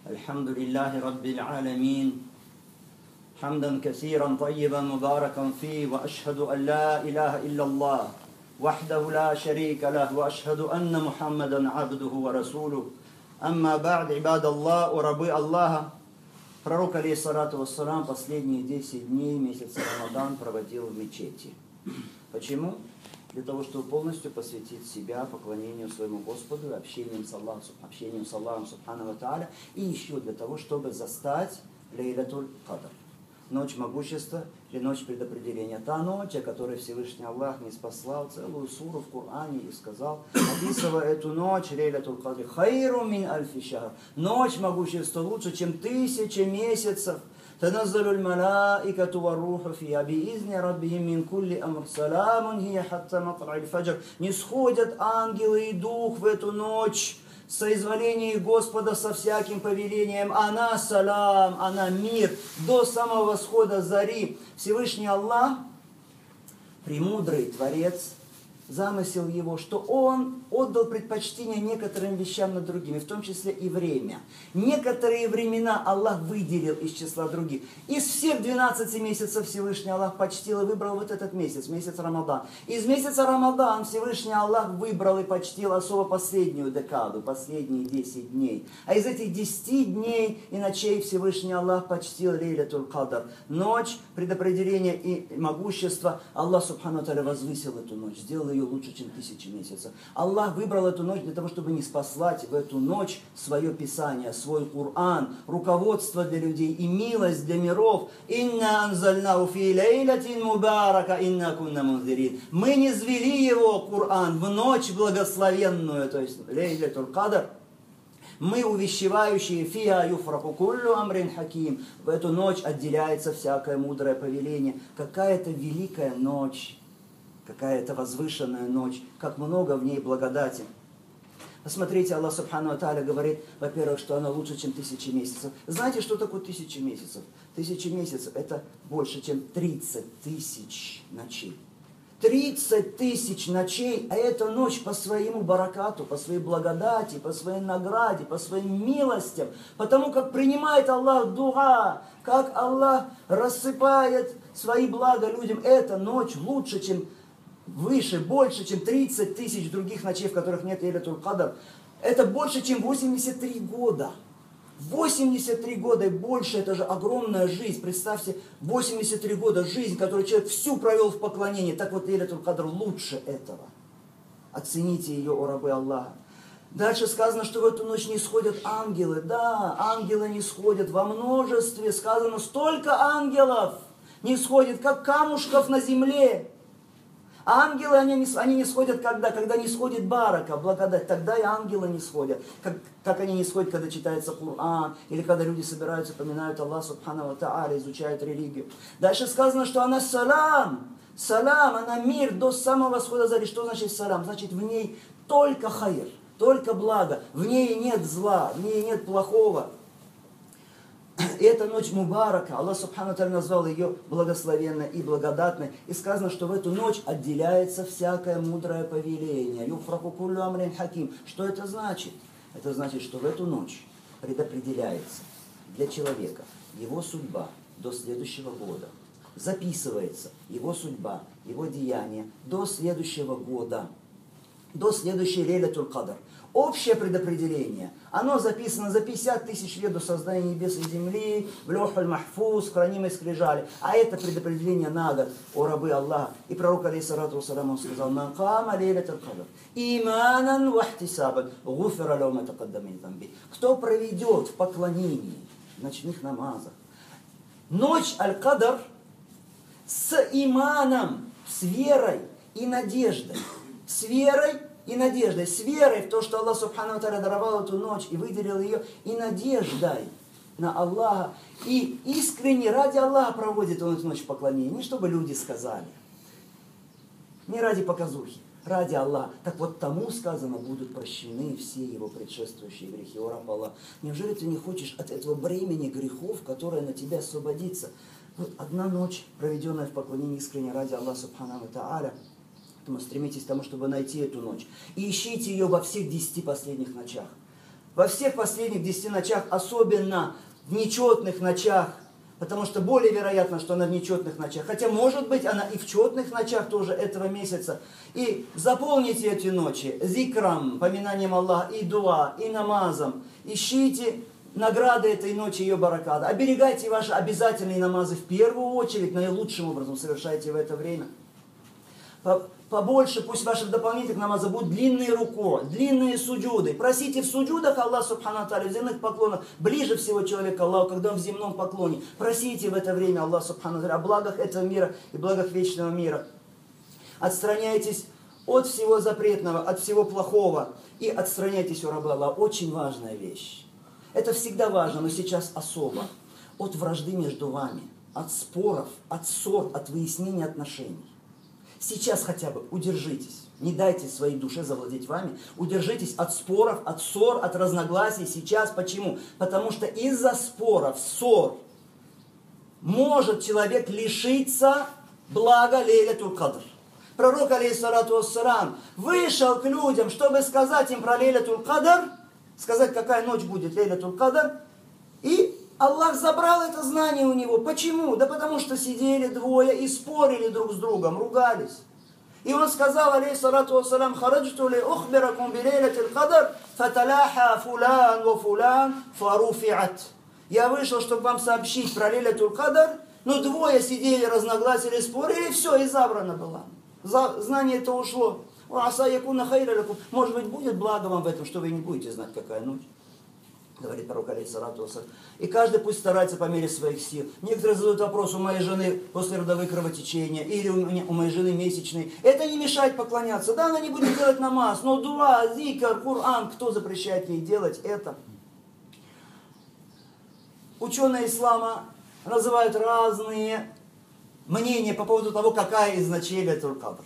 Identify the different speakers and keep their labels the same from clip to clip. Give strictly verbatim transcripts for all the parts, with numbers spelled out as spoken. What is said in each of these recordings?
Speaker 1: الحمد لله رب العالمين حمدا كثيرا طيبا مباركا فيه وأشهد أن لا إله إلا الله وحده لا شريك له وأشهد أن محمدا عبده ورسوله أما بعد عباد الله وربي الله. Пророк, алейхиссалату вассалам, последние десять дней месяца Рамадан проводил в мечети. Почему? Для того, чтобы полностью посвятить себя поклонению своему Господу, общением с Аллахом, общением с Аллахом Субхану ва Тааля, и еще для того, чтобы застать Лейлатуль Кадр, ночь могущества или ночь предопределения. Та ночь, о которой Всевышний Аллах не спаслал целую суру в Коране и сказал, описывая эту ночь, Лейлатуль Кадр, хайру мин альфи шахр, ночь могущества лучше, чем тысячи месяцев. تنزل الملائكة والروح فيها بإذن ربهم من كل أمر سلام هي حتى مطلع الفجر. Не сходят ангелы и дух в эту ночь в соизволении Господа со всяким повелением. Она салам, она мир до самого восхода зари. Всевышний Аллах, премудрый Творец, замысел его, что он отдал предпочтение некоторым вещам над другими, в том числе и время. Некоторые времена Аллах выделил из числа других. Из всех двенадцати месяцев Всевышний Аллах почтил и выбрал вот этот месяц, месяц Рамадан. Из месяца Рамадан Всевышний Аллах выбрал и почтил особо последнюю декаду, последние десять дней. А из этих десяти дней и ночей Всевышний Аллах почтил Лейлатуль Кадр, ночь предопределения и могущества. Аллах Субхану ва Тааля возвысил эту ночь, сделал ее лучше, чем тысячи месяцев. Аллах выбрал эту ночь для того, чтобы не спаслать в эту ночь свое Писание, свой Коран, руководство для людей и милость для миров. «Инна анзальнаху фи лейлатин мубарака, инна кунна мунзирин». Мы низвели его, Коран, в ночь благословенную, то есть Лейлатуль Кадр. Мы увещевающие, фиа юфраху куллю амрин хаким. В эту ночь отделяется всякое мудрое повеление. Какая-то великая ночь, какая-то возвышенная ночь, как много в ней благодати. Посмотрите, Аллах Субхану ва Тааля говорит, во-первых, что она лучше, чем тысячи месяцев. Знаете, что такое тысячи месяцев? Тысячи месяцев – это больше, чем тридцать тысяч ночей. тридцать тысяч ночей, а эта ночь по своему баракату, по своей благодати, по своей награде, по своим милостям, потому как принимает Аллах дуа, как Аллах рассыпает свои блага людям. Эта ночь лучше, чем выше, больше, чем тридцать тысяч других ночей, в которых нет Лейлатуль Кадр. Это больше, чем восемьдесят три года. восемьдесят три года и больше, это же огромная жизнь. Представьте, восемьдесят три года жизнь, которую человек всю провел в поклонении. Так вот, Лейлатуль Кадр лучше этого. Оцените ее, о рабы Аллаха. Дальше сказано, что в эту ночь не сходят ангелы. Да, ангелы не сходят во множестве. Сказано, столько ангелов не сходит, как камушков на земле. Ангелы, они не, они не сходят когда? Когда не сходит барака, благодать. Тогда и ангелы не сходят. Как, как они не сходят, когда читается Коран, или когда люди собираются, поминают Аллаха Субхану ва Тааля, изучают религию. Дальше сказано, что она салам. Салам, она мир до самого восхода зари. Что значит салам? Значит, в ней только хайр, только благо. В ней нет зла, в ней нет плохого. И эта ночь мубарака, Аллах Субхану ва Тааля назвал ее благословенной и благодатной. И сказано, что в эту ночь отделяется всякое мудрое повеление. Юфраху куллю амрин хаким. Что это значит? Это значит, что в эту ночь предопределяется для человека его судьба до следующего года. Записывается его судьба, его деяния до следующего года, до следующей Лейлатуль Кадр. Общее предопределение, оно записано за пятьдесят тысяч лет до создания небес и земли, в Лёхаль Махфуз, хранимой скрижали. А это предопределение на год, о рабы Аллаха. И пророк, алейхиссалату вассалам, он сказал, «Ман кама лейлатуль кадр, иманан вахтисабан, гуфира лау ма тақаддама мин замби». Кто проведет в поклонении, в ночных намазах, ночь Аль-Кадр с иманом, с верой и надеждой, с верой и надеждой, с верой в то, что Аллах Субхану ва Тааля даровал эту ночь и выделил ее, и надеждой на Аллаха, и искренне ради Аллаха проводит он эту ночь в поклонении, не чтобы люди сказали, не ради показухи, ради Аллаха. Так вот тому сказано, будут прощены все его предшествующие грехи. О раб Аллах, неужели ты не хочешь от этого бремени грехов, которое на тебя освободится? Вот одна ночь, проведенная в поклонении искренне ради Аллаха Субхану ва Тааля. Поэтому стремитесь к тому, чтобы найти эту ночь. И ищите ее во всех десяти последних ночах. во всех последних десяти ночах, особенно в нечетных ночах, потому что более вероятно, что она в нечетных ночах. Хотя, может быть, она и в четных ночах тоже этого месяца. И заполните эти ночи зикрам, поминанием Аллаха, и дуа, и намазом. Ищите награды этой ночи, ее бараката. Оберегайте ваши обязательные намазы в первую очередь, наилучшим образом совершайте в это время. Побольше, пусть ваших дополнительных намазов будут длинные руко, длинные суджуды. Просите в суджудах Аллах Субхану Тааля, в земных поклонах, ближе всего человека Аллаху, когда он в земном поклоне. Просите в это время Аллах Субхану Тааля о благах этого мира и благах вечного мира. Отстраняйтесь от всего запретного, от всего плохого и отстраняйтесь у раба Аллаха. Очень важная вещь. Это всегда важно, но сейчас особо. От вражды между вами, от споров, от ссор, от выяснения отношений. Сейчас хотя бы удержитесь, не дайте своей душе завладеть вами, удержитесь от споров, от ссор, от разногласий сейчас. Почему? Потому что из-за споров, ссор, может человек лишиться блага Лейлатуль Кадр. Пророк, алейхиссалату вассалам, вышел к людям, чтобы сказать им про Лейлатуль Кадр, сказать, какая ночь будет Лейлатуль Кадр, и Аллах забрал это знание у него. Почему? Да потому что сидели двое и спорили друг с другом, ругались. И он сказал, алейхиссалату вассалам, хараджту ли ухбиракум би лейлатиль кадр, фаталяха фулян ва фулян фаруфиат. Я вышел, чтобы вам сообщить про Лейлатуль Кадр, но двое сидели, разногласили, спорили, и все, и забрано было. Знание это ушло. Может быть, будет благо вам в этом, что вы не будете знать, какая ночь. Говорит пророк, алейхиссалату вассалам. И каждый пусть старается по мере своих сил. Некоторые задают вопрос, у моей жены после родовых кровотечения, или у, меня, у моей жены месячные. Это не мешает поклоняться. Да, она не будет делать намаз, но дуа, зикр, Кур'ан, кто запрещает ей делать это? Ученые ислама называют разные мнения по поводу того, какая из ночей Лейлатуль Кадр.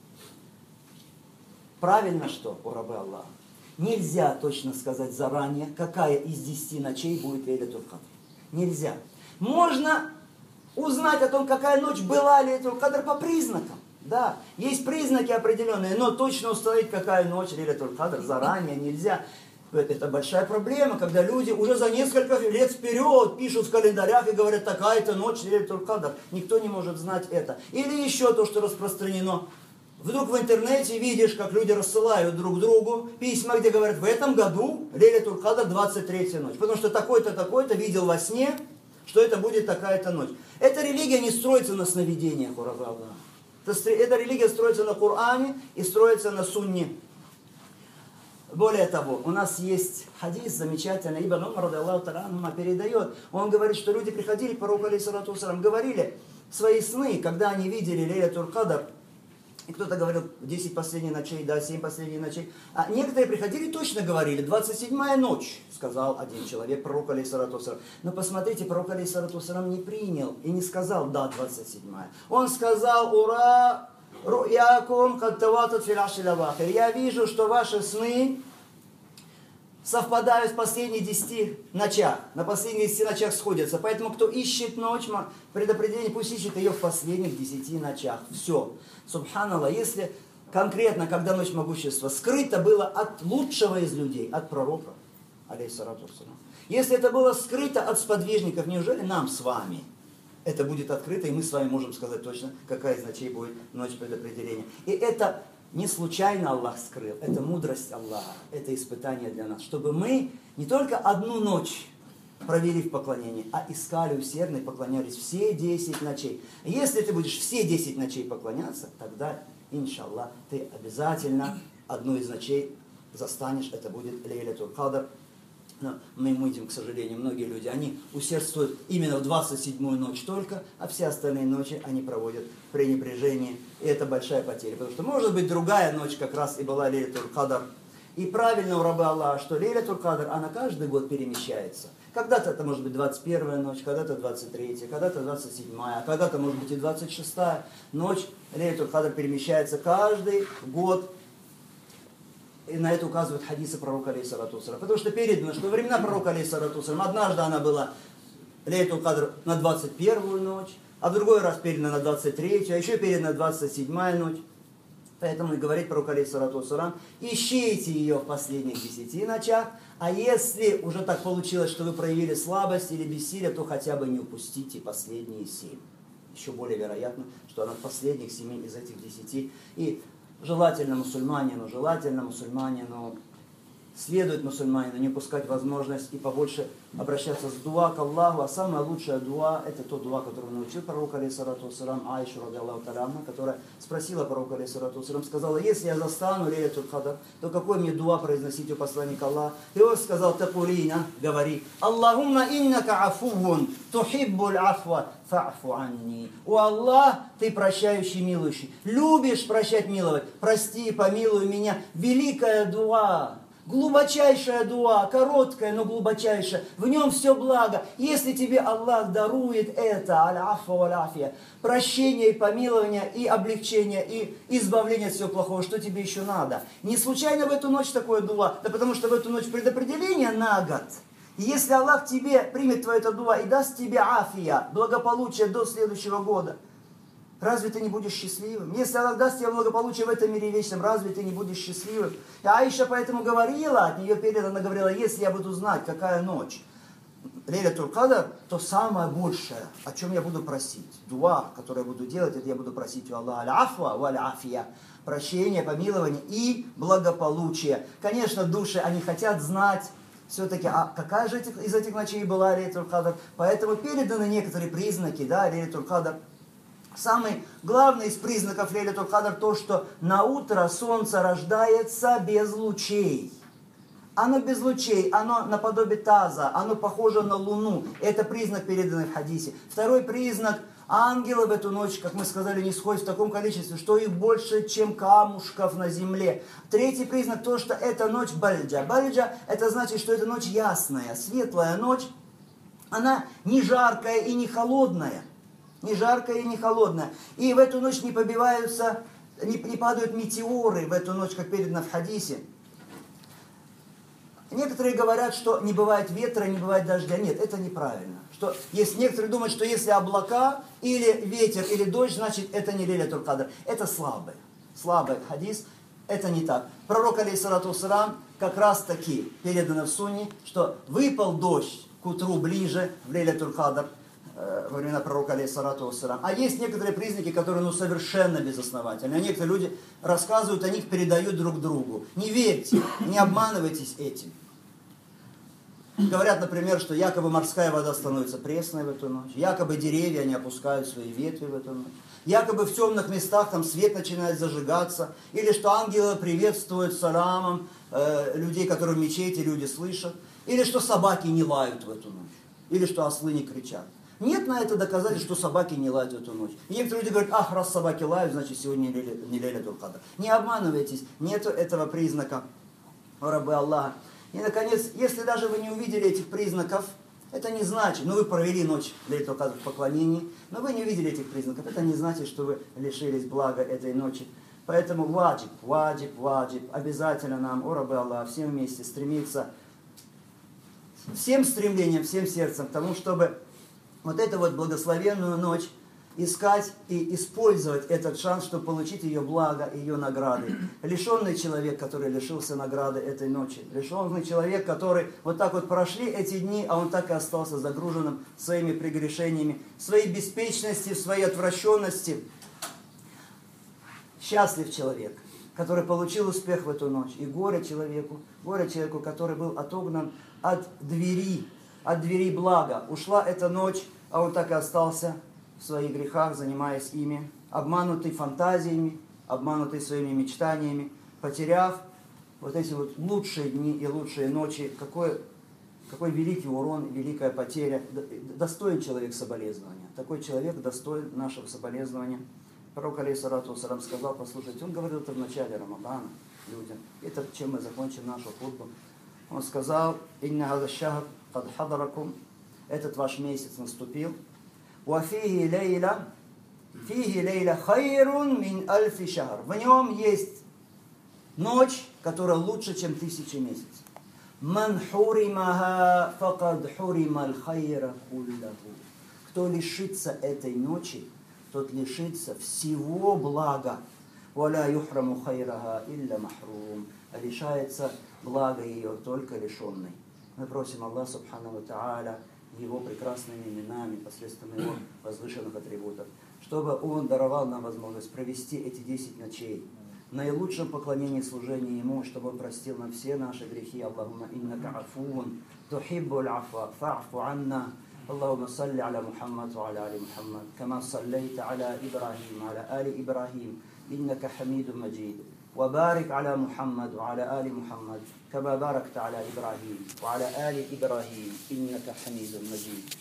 Speaker 1: Правильно, что у раба Аллаха? Нельзя точно сказать заранее, какая из десяти ночей будет Лейлатуль Кадр. Нельзя. Можно узнать о том, какая ночь была Лейлатуль Кадр по признакам. Да, есть признаки определенные, но точно установить, какая ночь Лейлатуль Кадр заранее нельзя. Это большая проблема, когда люди уже за несколько лет вперед пишут в календарях и говорят, такая-то ночь Лейлатуль Кадр. Никто не может знать это. Или еще то, что распространено. Вдруг в интернете видишь, как люди рассылают друг другу письма, где говорят, в этом году Лейлатуль Кадр двадцать третья ночь. Потому что такой-то, такой-то видел во сне, что это будет такая-то ночь. Эта религия не строится на сновидениях у раба Аллаха. Эта религия строится на Коране и строится на Сунне. Более того, у нас есть хадис замечательный, Ибн Умар радиллаху та'аля анхума передает, он говорит, что люди приходили к пророку, алейхиссалату вассалам, говорили свои сны, когда они видели Лейлатуль Кадр, и кто-то говорил десять последних ночей, да, семь последних ночей. А некоторые приходили и точно говорили, двадцать седьмая ночь, сказал один человек, пророк, алейхиссалату вассалам. Но посмотрите, пророк, алейхиссалату вассалам, не принял и не сказал, да, двадцать седьмая. Он сказал, ура, ру'якум каттаватат фил ашрил авахир. Я вижу, что ваши сны совпадают в последних десяти ночах. На последних десяти ночах сходятся. Поэтому, кто ищет ночь, предопределение, пусть ищет ее в последних десяти ночах. Все. Субханаллах, если конкретно, когда ночь могущества, скрыто было от лучшего из людей, от пророка, алейхиссалату вассалам. Если это было скрыто от сподвижников, неужели нам с вами это будет открыто, и мы с вами можем сказать точно, какая из ночей будет ночь предопределения. И это не случайно Аллах скрыл, это мудрость Аллаха, это испытание для нас, чтобы мы не только одну ночь провели в поклонении, а искали усердно и поклонялись все десять ночей. Если ты будешь все десять ночей поклоняться, тогда, иншаллах, ты обязательно одну из ночей застанешь, это будет Лейлатуль Кадр. Но мы видим, к сожалению, многие люди, они усердствуют именно в двадцать седьмую ночь только, а все остальные ночи они проводят в пренебрежении. И это большая потеря. Потому что может быть другая ночь как раз и была Лейлатуль Кадр. И правильно у раба Аллаха, что Лейлатуль Кадр, она каждый год перемещается. Когда-то это может быть двадцать первая ночь, когда-то двадцать третья, когда-то двадцать седьмая, а когда-то может быть и двадцать шестая ночь. Лейлатуль Кадр перемещается каждый год. И на это указывают хадисы пророка, алейхиссалату вассалам. Потому что передано, что во времена пророка, алейхиссалату вассалам, однажды она была Лейлатуль Кадр на двадцать первую ночь, а в другой раз передана на двадцать третью, а еще передана на двадцать седьмая ночь. Поэтому и говорит пророк алейхиссалату вассалам: ищите ее в последних десяти ночах, а если уже так получилось, что вы проявили слабость или бессилие, то хотя бы не упустите последние семь. Еще более вероятно, что она в последних семи из этих десяти. И желательно мусульманину, желательно мусульманину, следует мусульманину не упускать возможность и побольше обращаться с дуа к Аллаху. А самая лучшая дуа – это тот дуа, который научил пророк алейхиссалату вассалам Аишу радиаллаху та'аля анха, которая спросила пророка алейхиссалату вассалам, сказала: если я застану лейлятуль кадр, то какой мне дуа произносить у посланника Аллаха? И он сказал: такулина, говори: Аллахумма иннака афувун, тухиббуль афва, фа'фу анни. О Аллах, ты прощающий, милующий, любишь прощать, миловать, прости, помилуй меня. Великая дуа. Глубочайшая дуа, короткая, но глубочайшая. В нем все благо. Если тебе Аллах дарует это, аль-афа валь-афия, прощение и помилование, и облегчение, и избавление от всего плохого, что тебе еще надо? Не случайно в эту ночь такое дуа, да потому что в эту ночь предопределение на год. И если Аллах тебе примет твое это дуа и даст тебе афия, благополучие до следующего года, разве ты не будешь счастливым? Если Аллах даст тебе благополучие в этом мире вечном, разве ты не будешь счастливым? И Аиша поэтому говорила, от нее передано, она говорила: если я буду знать, какая ночь лейлятуль кадр, то самое большее, о чем я буду просить, дуа, которое я буду делать, это я буду просить у Аллаха аль-афва валь-афия, прощение, помилование и благополучие. Конечно, души, они хотят знать все-таки, а какая же этих, из этих ночей была лейлятуль кадр? Поэтому переданы некоторые признаки, да, лейлятуль кадр. Самый главный из признаков лейлятуль кадр то, что на утро солнце рождается без лучей. Оно без лучей, оно наподобие таза, оно похоже на луну. Это признак, переданный в хадисе. Второй признак: ангелы в эту ночь, как мы сказали, не сходят в таком количестве, что их больше, чем камушков на земле. Третий признак то, что эта ночь бальджа. Бальджа – это значит, что эта ночь ясная, светлая ночь. Она не жаркая и не холодная. Не жаркая и не холодная. И в эту ночь не побиваются, не, не падают метеоры в эту ночь, как передано в хадисе. Некоторые говорят, что не бывает ветра, не бывает дождя. Нет, это неправильно. Что, есть, некоторые думают, что если облака, или ветер, или дождь, значит это не лейлятуль кадр. Это слабый. Слабый хадис. Это не так. Пророк алейхиссалату вассалам как раз таки передано в сунне, что выпал дождь к утру ближе в лейлятуль кадр, во времена пророка алейхиссалату вассалам. А есть некоторые признаки, которые ну, совершенно безосновательны. А некоторые люди рассказывают о них, передают друг другу. Не верьте, не обманывайтесь этим. Говорят, например, что якобы морская вода становится пресной в эту ночь, якобы деревья не опускают свои ветви в эту ночь, якобы в темных местах там свет начинает зажигаться, или что ангелы приветствуют саламом э, людей, которые в мечети люди слышат, или что собаки не лают в эту ночь, или что ослы не кричат. Нет на это доказательств, что собаки не лают в эту ночь. И некоторые люди говорят: ах, раз собаки лают, значит сегодня не лейлятуль кадр. Не обманывайтесь, нет этого признака, о рабы Аллаха. И, наконец, если даже вы не увидели этих признаков, это не значит, ну вы провели ночь лейлятуль кадр в поклонении, но вы не увидели этих признаков, это не значит, что вы лишились блага этой ночи. Поэтому ваджиб, ваджиб, ваджиб, обязательно нам, о рабы Аллаха, всем вместе стремиться, всем стремлением, всем сердцем к тому, чтобы вот эту вот благословенную ночь искать и использовать этот шанс, чтобы получить ее благо, ее награды. Лишенный человек, который лишился награды этой ночи. Лишенный человек, который вот так вот прошли эти дни, а он так и остался загруженным своими прегрешениями, своей беспечности, своей отвращенности. Счастлив человек, который получил успех в эту ночь. И горе человеку, горе человеку, который был отогнан от двери, от двери блага. Ушла эта ночь, а он так и остался в своих грехах, занимаясь ими, обманутый фантазиями, обманутый своими мечтаниями, потеряв вот эти вот лучшие дни и лучшие ночи. Какой, какой великий урон, великая потеря. Достоин человек соболезнования. Такой человек достоин нашего соболезнования. Пророк алейхиссалату вассалам сказал, послушайте, он говорил это в начале Рамадана людям. Это чем мы закончим нашу хутбу. Он сказал: «Инна хаза шахр кад хадаракум». Этот ваш месяц наступил. «Вафихи лейла, фихи лейла хайрун мин альфи шахр». В нем есть ночь, которая лучше, чем тысячи месяцев. «Ман хуримаха факад хуримал хайра куллаху». Кто лишится этой ночи, тот лишится всего блага. ولا يحرم خيرها إلا محروم. Лишается блага ее только лишенный. Мы просим Аллаха Субхану ва Тааля Его прекрасными именами, посредством Его возвышенных атрибутов, чтобы Он даровал нам возможность провести эти десять ночей в наилучшем поклонении и служении Ему, чтобы Он простил нам все наши грехи. Аллахумма иннака афун, тухиббуль афа, фа'фу анна. اللهم صل على محمد وعلى آل محمد كما صليت على إبراهيم وعلى آل إبراهيم إنك حميد مجيد وبارك على محمد وعلى آل محمد كما باركت على إبراهيم وعلى آل إبراهيم إنك حميد مجيد.